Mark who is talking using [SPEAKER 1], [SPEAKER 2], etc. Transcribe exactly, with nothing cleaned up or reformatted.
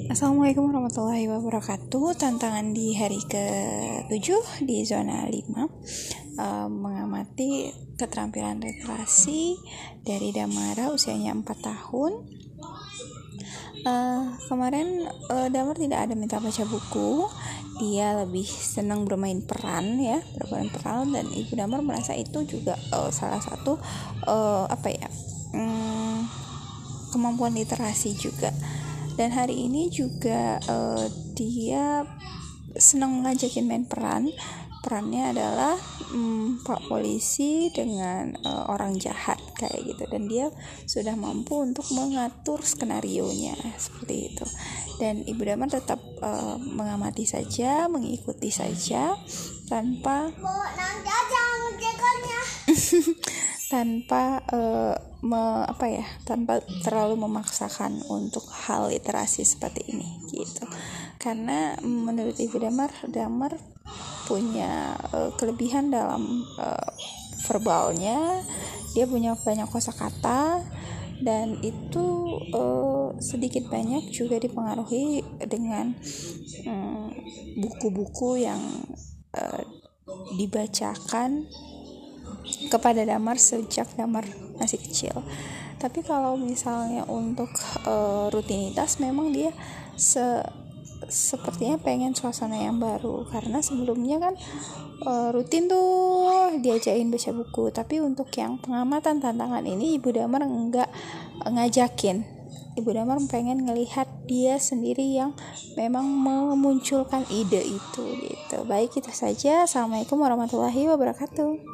[SPEAKER 1] Assalamualaikum warahmatullahi wabarakatuh. Tantangan di hari ketujuh di zona lima, uh, mengamati keterampilan literasi dari Damara, usianya empat tahun. Uh, kemarin uh, Damar tidak ada minta baca buku, dia lebih senang bermain peran ya, bermain peran, dan Ibu Damar merasa itu juga uh, salah satu uh, apa ya um, kemampuan literasi juga. Dan hari ini juga uh, dia senang ngajakin main peran. Perannya adalah um, Pak Polisi dengan uh, orang jahat kayak gitu. Dan dia sudah mampu untuk mengatur skenarionya seperti itu. Dan Ibu Damar tetap uh, mengamati saja, mengikuti saja tanpa tanpa uh, me, apa ya tanpa terlalu memaksakan untuk hal literasi seperti ini gitu. Karena menurut Ibu Damar, Damar punya uh, kelebihan dalam uh, verbalnya, dia punya banyak kosakata, dan itu uh, sedikit banyak juga dipengaruhi dengan um, buku-buku yang uh, dibacakan kepada Damar sejak Damar masih kecil. Tapi kalau misalnya untuk uh, rutinitas, memang dia se sepertinya pengen suasana yang baru, karena sebelumnya kan uh, rutin tuh diajakin baca buku. Tapi untuk yang pengamatan tantangan ini, Ibu Damar enggak ngajakin. Ibu Damar pengen ngelihat dia sendiri yang memang memunculkan ide itu gitu. Baik, itu saja. Assalamualaikum warahmatullahi wabarakatuh.